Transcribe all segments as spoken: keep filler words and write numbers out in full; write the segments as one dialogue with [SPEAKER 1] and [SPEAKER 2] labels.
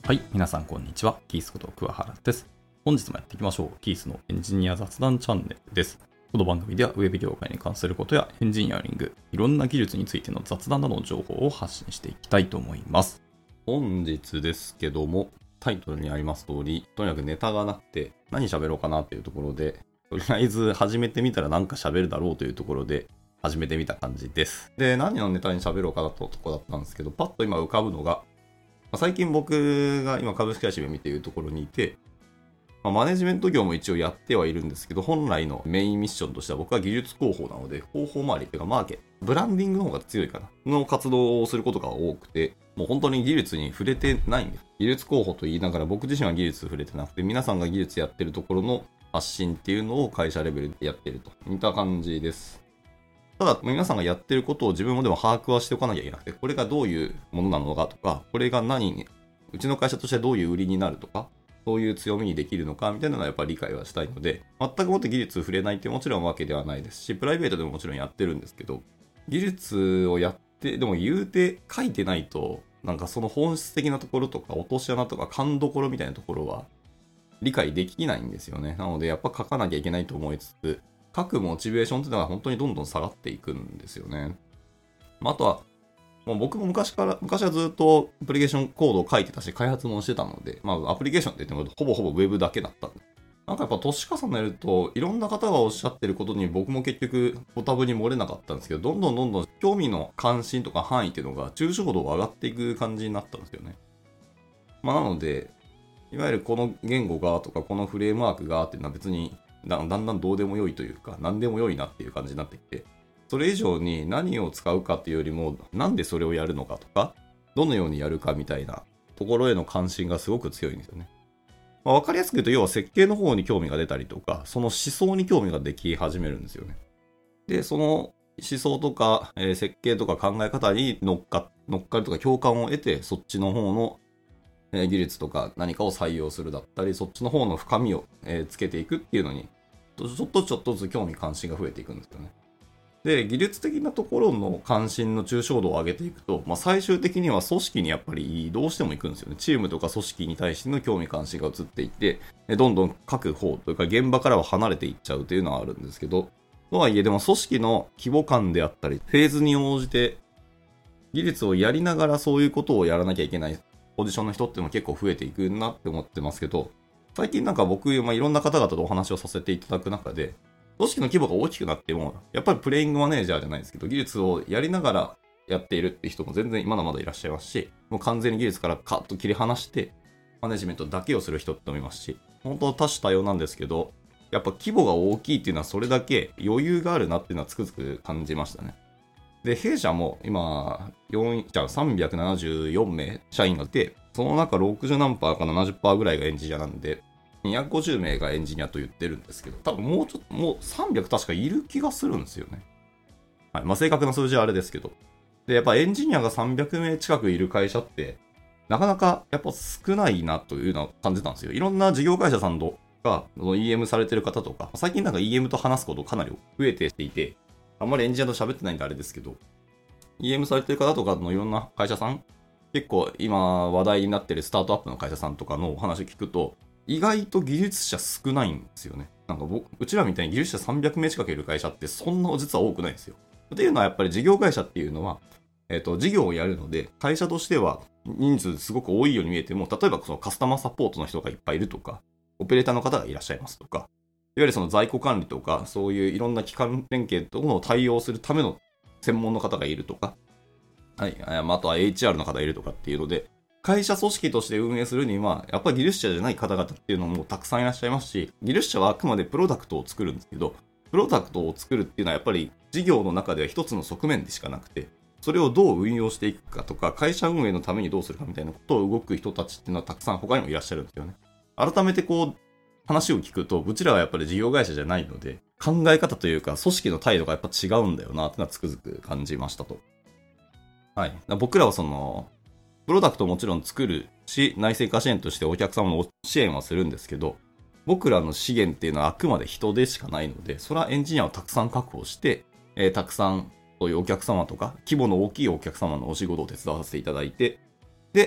[SPEAKER 1] はい、皆さんこんにちは。キースこと桑原です。本日もやっていきましょう。キースのエンジニア雑談チャンネルです。この番組ではウェブ業界に関することやエンジニアリング、いろんな技術についての雑談などの情報を発信していきたいと思います。本日ですけども、タイトルにあります通り、とにかくネタがなくて何喋ろうかなっていうところで、とりあえず始めてみたらなんか喋るだろうというところで始めてみた感じです。で、何のネタに喋ろうかなととこだったんですけど、パッと今浮かぶのが、最近僕が今株式会社を見ているところにいて、まあ、マネジメント業も一応やってはいるんですけど、本来のメインミッションとしては僕は技術広報なので、広報周りっていうかマーケット、ブランディングの方が強いかな、の活動をすることが多くて、もう本当に技術に触れてないんです。技術広報と言いながら僕自身は技術触れてなくて、皆さんが技術やってるところの発信っていうのを会社レベルでやってるといった感じです。ただ、皆さんがやってることを自分もでも把握はしておかなきゃいけなくて、これがどういうものなのかとか、これが何に、うちの会社としてどういう売りになるとか、そういう強みにできるのかみたいなのはやっぱり理解はしたいので、全くもって技術触れないってもちろんわけではないですし、プライベートでももちろんやってるんですけど、技術をやって、でも言うて書いてないと、なんかその本質的なところとか、落とし穴とか勘どころみたいなところは理解できないんですよね。なのでやっぱ書かなきゃいけないと思いつつ、書くモチベーションっていうのは本当にどんどん下がっていくんですよね。あとは、もう僕も昔から、昔はずっとアプリケーションコードを書いてたし、開発もしてたので、まあアプリケーションって言ってもほぼほぼウェブだけだったんで。なんかやっぱ年重ねると、いろんな方がおっしゃってることに僕も結局、ご多分に漏れなかったんですけど、どんどんどんどん興味の関心とか範囲っていうのが抽象度上がっていく感じになったんですよね。まあなので、いわゆるこの言語がとか、このフレームワークがっていうのは別にだ, だんだんどうでもよいというか、何でもよいなっていう感じになってきて、それ以上に何を使うかっていうよりも、なんでそれをやるのかとか、どのようにやるかみたいなところへの関心がすごく強いんですよね。まあ、わかりやすく言うと、要は設計の方に興味が出たりとか、その思想に興味ができ始めるんですよね。で、その思想とか、えー、設計とか考え方に乗っか、乗っかるとか共感を得て、そっちの方の技術とか何かを採用するだったり、そっちの方の深みをつけていくっていうのに、ちょっとちょっとずつ興味関心が増えていくんですよね。で、技術的なところの関心の抽象度を上げていくと、まあ、最終的には組織にやっぱりどうしても行くんですよね。チームとか組織に対しての興味関心が移っていって、どんどん各方というか現場からは離れていっちゃうというのはあるんですけど、とはいえでも組織の規模感であったり、フェーズに応じて技術をやりながらそういうことをやらなきゃいけないポジションの人っていうのも結構増えていくなって思ってますけど、最近なんか僕、まあ、いろんな方々とお話をさせていただく中で、組織の規模が大きくなっても、やっぱりプレイングマネージャーじゃないですけど、技術をやりながらやっているって人も全然まだまだいらっしゃいますし、もう完全に技術からカッと切り離して、マネジメントだけをする人ってもいますし、本当多種多様なんですけど、やっぱ規模が大きいっていうのはそれだけ余裕があるなっていうのはつくづく感じましたね。で、弊社も今、よんじゃあさんびゃくななじゅうよんめい社員がいて、その中ろくじゅうなんパーかななじゅっパーセントぐらいがエンジニアなんで、にひゃくごじゅうめいがエンジニアと言ってるんですけど、多分もうちょっと、もうさんびゃく確かいる気がするんですよね。はい。まあ正確な数字はあれですけど。で、やっぱエンジニアがさんびゃくめい近くいる会社って、なかなかやっぱ少ないなというのは感じたんですよ。いろんな事業会社さんとか、イーエム されてる方とか、最近なんか イーエム と話すことかなり増えていて、あんまりエンジニアと喋ってないんであれですけど、イーエム されてる方とかのいろんな会社さん、結構今話題になってるスタートアップの会社さんとかのお話を聞くと、意外と技術者少ないんですよね。なんか僕、うちらみたいに技術者さんびゃくめい近くいる会社ってそんな実は多くないんですよ。っていうのはやっぱり事業会社っていうのは、えっと、事業をやるので、会社としては人数すごく多いように見えても、例えばそのカスタマーサポートの人がいっぱいいるとか、オペレーターの方がいらっしゃいますとか、いわゆるその在庫管理とか、そういういろんな機関連携との対応するための専門の方がいるとか、はい。あとは エイチアール の方がいるとかっていうので、会社組織として運営するには、やっぱり技術者じゃない方々っていうのもたくさんいらっしゃいますし、技術者はあくまでプロダクトを作るんですけど、プロダクトを作るっていうのはやっぱり事業の中では一つの側面でしかなくて、それをどう運用していくかとか、会社運営のためにどうするかみたいなことを動く人たちっていうのはたくさん他にもいらっしゃるんですよね。改めてこう、話を聞くと、うちらはやっぱり事業会社じゃないので、考え方というか、組織の態度がやっぱ違うんだよなってのはつくづく感じましたと。はい。僕らはその、プロダクトをもちろん作るし、内製化支援としてお客様の支援はするんですけど、僕らの資源っていうのはあくまで人でしかないので、それはエンジニアをたくさん確保して、えー、たくさんそういうお客様とか、規模の大きいお客様のお仕事を手伝わせていただいて、で、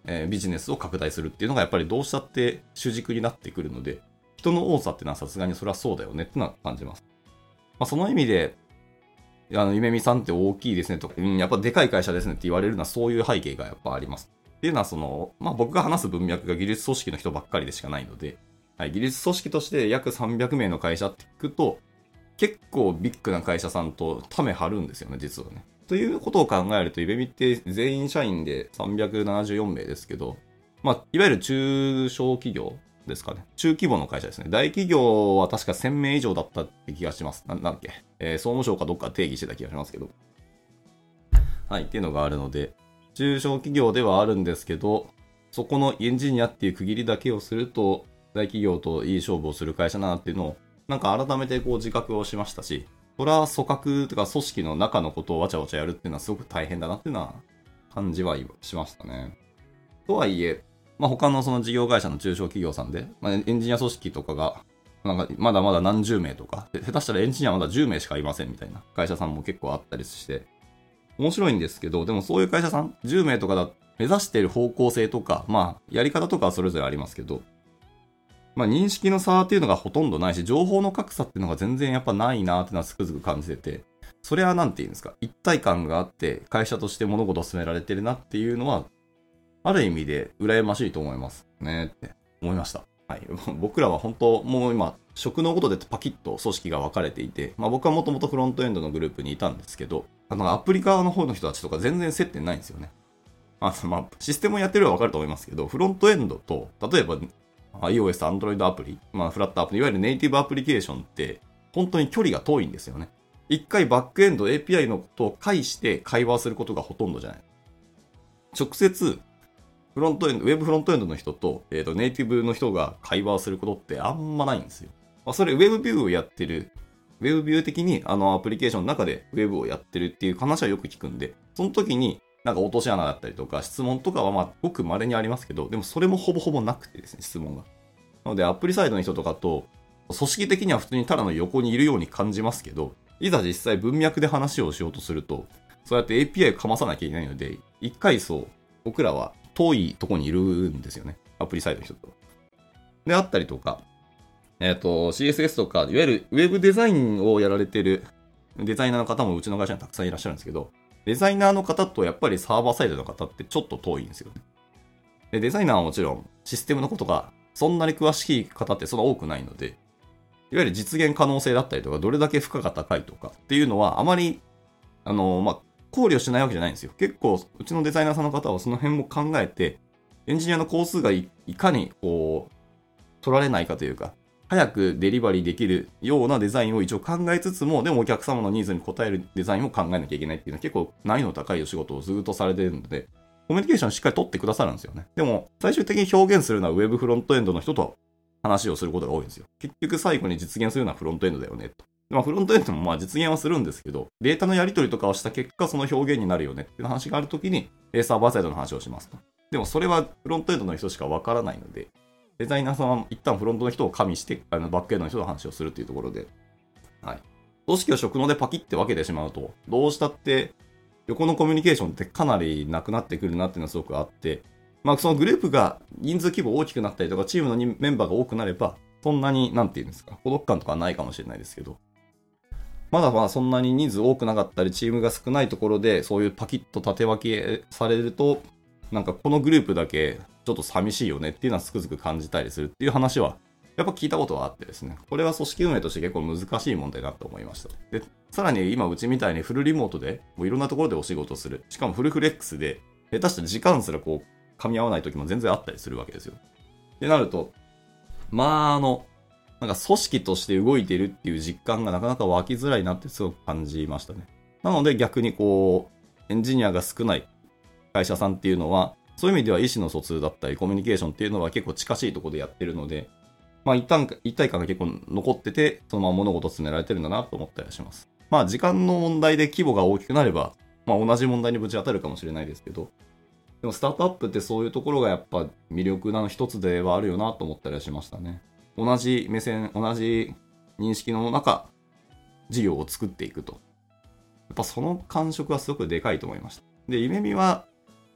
[SPEAKER 1] えー、ビジネスを拡大するっていうのがやっぱりどうしたって主軸になってくるので、人の多さっていうのはさすがにそれはそうだよねってのは感じます。まあ、その意味で、あの、ゆめみさんって大きいですねとか、うん、やっぱでかい会社ですねって言われるのはそういう背景がやっぱあります。っていうのはその、まあ僕が話す文脈が技術組織の人ばっかりでしかないので、はい、技術組織として約さんびゃくめいの会社って聞くと、結構ビッグな会社さんとため張るんですよね、実はね。ということを考えると、ゆめみって全員社員でさんびゃくななじゅうよんめいですけど、まあ、いわゆる中小企業ですかね。中規模の会社ですね。大企業は確かせんめい以上だったって気がします。な、なんだっけ、えー、総務省かどっか定義してた気がしますけど。はい、っていうのがあるので、中小企業ではあるんですけど、そこのエンジニアっていう区切りだけをすると、大企業といい勝負をする会社だなっていうのを、なんか改めてこう自覚をしましたし、それは組閣とか組織の中のことをわちゃわちゃやるっていうのはすごく大変だなっていうのは感じはしましたね。とはいえ、まあ、他のその事業会社の中小企業さんで、まあ、エンジニア組織とかが、なんかまだまだ何十名とか、下手したらエンジニアまだじゅうめいしかいませんみたいな会社さんも結構あったりして、面白いんですけど、でもそういう会社さん、じゅうめいとかだ、目指している方向性とか、まあ、やり方とかはそれぞれありますけど、まあ、認識の差っていうのがほとんどないし、情報の格差っていうのが全然やっぱないなっていうのはつくづく感じてて、それはなんて言うんですか、一体感があって会社として物事を進められてるなっていうのは、ある意味で羨ましいと思いますねって思いました。はい。僕らは本当、もう今、職能ごとでパキッと組織が分かれていて、まあ僕はもともとフロントエンドのグループにいたんですけど、あのアプリ側の方の人たちとか全然接点ないんですよね。あのまあ、システムをやってるのは分かると思いますけど、フロントエンドと、例えば iOS、Android アプリ、まあ、フラットアプリ、いわゆるネイティブアプリケーションって、本当に距離が遠いんですよね。一回バックエンド エーピーアイ のことを介して会話することがほとんどじゃない。直接、フロントエンド、ウェブフロントエンドの人と、えっと、ネイティブの人が会話をすることってあんまないんですよ。まあ、それ、ウェブビューをやってる、ウェブビュー的にあのアプリケーションの中でウェブをやってるっていう話はよく聞くんで、その時になんか落とし穴だったりとか質問とかはまあごく稀にありますけど、でもそれもほぼほぼなくてですね、質問が。なのでアプリサイドの人とかと、組織的には普通にただの横にいるように感じますけど、いざ実際文脈で話をしようとすると、そうやって エーピーアイ をかまさなきゃいけないので、一階層、僕らは遠いところにいるんですよね。アプリサイドの人と。であったりとか、えっと、シーエスエス とか、いわゆるウェブデザインをやられてるデザイナーの方もうちの会社にたくさんいらっしゃるんですけど、デザイナーの方とやっぱりサーバーサイドの方ってちょっと遠いんですよね。でデザイナーはもちろんシステムのことがそんなに詳しい方ってそんな多くないので、いわゆる実現可能性だったりとか、どれだけ負荷が高いとかっていうのはあまり、あの、まあ、考慮しないわけじゃないんですよ。結構、うちのデザイナーさんの方はその辺も考えて、エンジニアの工数が い, いかにこう、取られないかというか、早くデリバリーできるようなデザインを一応考えつつも、でもお客様のニーズに応えるデザインを考えなきゃいけないっていうのは結構難易度の高いお仕事をずっとされているので、コミュニケーションしっかり取ってくださるんですよね。でも、最終的に表現するのはウェブフロントエンドの人と話をすることが多いんですよ。結局最後に実現するのはフロントエンドだよねと。まあ、フロントエンドもまあ実現はするんですけど、データのやり取りとかをした結果、その表現になるよねっていう話があるときに、サーバーサイドの話をしますと。でもそれはフロントエンドの人しかわからないので、デザイナーさんは一旦フロントの人を加味して、あのバックエンドの人の話をするっていうところで、はい。組織を職能でパキって分けてしまうと、どうしたって横のコミュニケーションってかなりなくなってくるなっていうのはすごくあって、まあそのグループが人数規模大きくなったりとか、チームのメンバーが多くなれば、そんなに、なんていうんですか、孤独感とかはないかもしれないですけど、まだまだそんなに人数多くなかったり、チームが少ないところで、そういうパキッと縦分けされると、なんかこのグループだけちょっと寂しいよねっていうのはつくづく感じたりするっていう話は、やっぱ聞いたことはあってですね、これは組織運営として結構難しい問題だと思いました。で、さらに今うちみたいにフルリモートで、もういろんなところでお仕事する。しかもフルフレックスで、下手したら時間すらこう、噛み合わない時も全然あったりするわけですよ。ってなると、まああの、なんか組織として動いてるっていう実感がなかなか湧きづらいなってすごく感じましたね。なので逆にこう、エンジニアが少ない会社さんっていうのは、そういう意味では意思の疎通だったりコミュニケーションっていうのは結構近しいところでやってるので、まあ一旦、一体感が結構残ってて、そのまま物事を進められてるんだなと思ったりします。まあ時間の問題で規模が大きくなれば、まあ同じ問題にぶち当たるかもしれないですけど、でもスタートアップってそういうところがやっぱ魅力なの一つではあるよなと思ったりはしましたね。同じ目線、同じ認識の中、事業を作っていくと。やっぱその感触はすごくでかいと思いました。で、夢見は、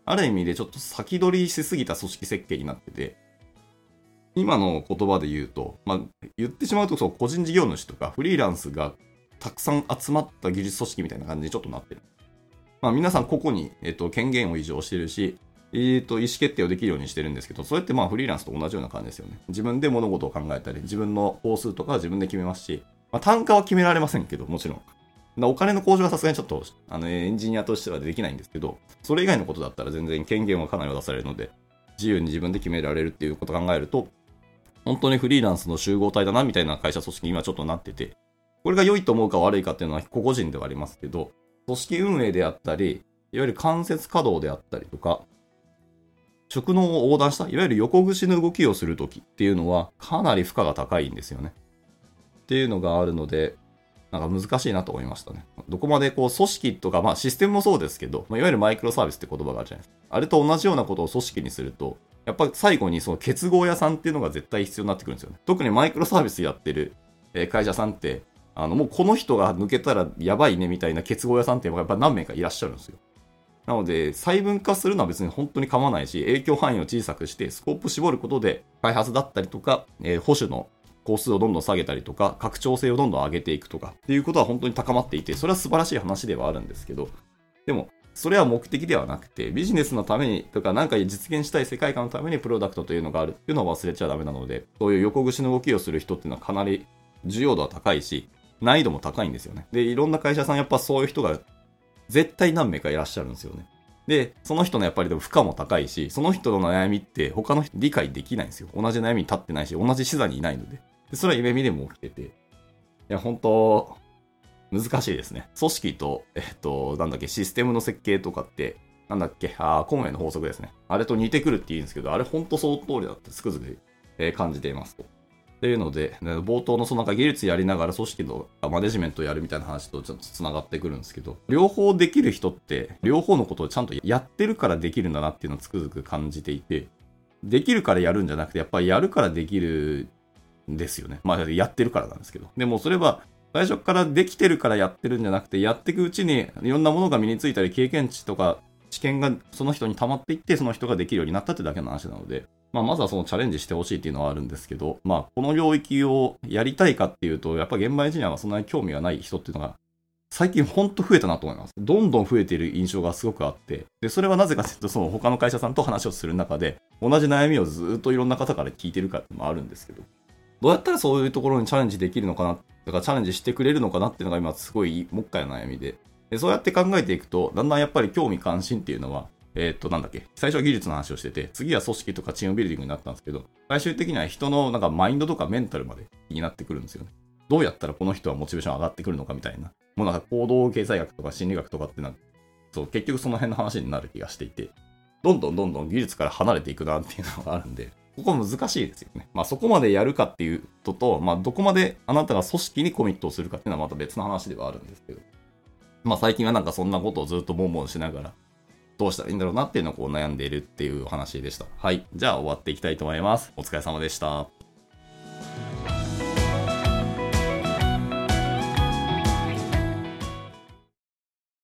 [SPEAKER 1] ある意味でちょっと先取りしすぎた組織設計になってて、今の言葉で言うと、まあ、言ってしまうとそう個人事業主とかフリーランスがたくさん集まった技術組織みたいな感じにちょっとなってる。まあ、皆さん個々に、えっと、権限を移譲してるし、えっと、意思決定をできるようにしてるんですけど、それってまあフリーランスと同じような感じですよね。自分で物事を考えたり、自分の工数とかは自分で決めますし、まあ、単価は決められませんけど、もちろん。お金の向上はさすがにちょっとあのエンジニアとしてはできないんですけど、それ以外のことだったら全然権限はかなり渡されるので、自由に自分で決められるっていうことを考えると、本当にフリーランスの集合体だなみたいな会社組織に今ちょっとなってて、これが良いと思うか悪いかっていうのは個々人ではありますけど、組織運営であったり、いわゆる間接稼働であったりとか、職能を横断した、いわゆる横串の動きをするときっていうのはかなり負荷が高いんですよね。っていうのがあるので、なんか難しいなと思いましたね。どこまでこう組織とか、まあシステムもそうですけど、まあ、いわゆるマイクロサービスって言葉があるじゃないですか。あれと同じようなことを組織にすると、やっぱり最後にその結合屋さんっていうのが絶対必要になってくるんですよね。特にマイクロサービスやってる会社さんって、あのもうこの人が抜けたらやばいねみたいな結合屋さんってやっぱ何名かいらっしゃるんですよ。なので、細分化するのは別に本当に構わないし、影響範囲を小さくして、スコープ絞ることで、開発だったりとか、えー、保守の工数をどんどん下げたりとか、拡張性をどんどん上げていくとか、っていうことは本当に高まっていて、それは素晴らしい話ではあるんですけど、でも、それは目的ではなくて、ビジネスのためにとか、何か実現したい世界観のためにプロダクトというのがあるっていうのを忘れちゃダメなので、そういう横串の動きをする人っていうのはかなり重要度は高いし、難易度も高いんですよね。で、いろんな会社さんやっぱそういう人が絶対何名かいらっしゃるんですよね。で、その人のやっぱりでも負荷も高いし、その人の悩みって他の人理解できないんですよ。同じ悩みに立ってないし、同じ視座にいないので。でそれは夢見でも起きてて。いや、本当難しいですね。組織と、えっと、なんだっけ、システムの設計とかって、なんだっけ、あコンウェイの法則ですね。あれと似てくるって言うんですけど、あれ本当その通りだってつくづく、えー、感じていますと。っていうので、冒頭のそのなんか技術やりながら組織のマネジメントをやるみたいな話とちょっと繋がってくるんですけど、両方できる人って、両方のことをちゃんとやってるからできるんだなっていうのをつくづく感じていて、できるからやるんじゃなくて、やっぱりやるからできるんですよね。まあ、やってるからなんですけど。でもそれは、最初からできてるからやってるんじゃなくて、やっていくうちにいろんなものが身についたり、経験値とか知見がその人に溜まっていって、その人ができるようになったってだけの話なので、まあ、まずはそのチャレンジしてほしいっていうのはあるんですけど、まあ、この領域をやりたいかっていうと、やっぱ現場エンジニアはそんなに興味がない人っていうのが、最近ほんと増えたなと思います。どんどん増えている印象がすごくあって、で、それはなぜかというと、その他の会社さんと話をする中で、同じ悩みをずっといろんな方から聞いてるからもあるんですけど、どうやったらそういうところにチャレンジできるのかな、だからチャレンジしてくれるのかなっていうのが今すごいもっかいな悩みで、で、そうやって考えていくと、だんだんやっぱり興味関心っていうのは、えー、っと、なんだっけ、最初は技術の話をしてて、次は組織とかチームビルディングになったんですけど、最終的には人のなんかマインドとかメンタルまで気になってくるんですよね。どうやったらこの人はモチベーション上がってくるのかみたいな。もうなんか行動経済学とか心理学とかってなんか、そう、結局その辺の話になる気がしていて、どんどんどんどん技術から離れていくなっていうのがあるんで、ここ難しいですよね。まあそこまでやるかっていうとと、まあどこまであなたが組織にコミットをするかっていうのはまた別の話ではあるんですけど、まあ最近はなんかそんなことをずっとボンボンしながら、どうしたらいいんだろうなっていうのをこう悩んでいるっていうお話でした。はい。じゃあ終わっていきたいと思います。お疲れ様でした。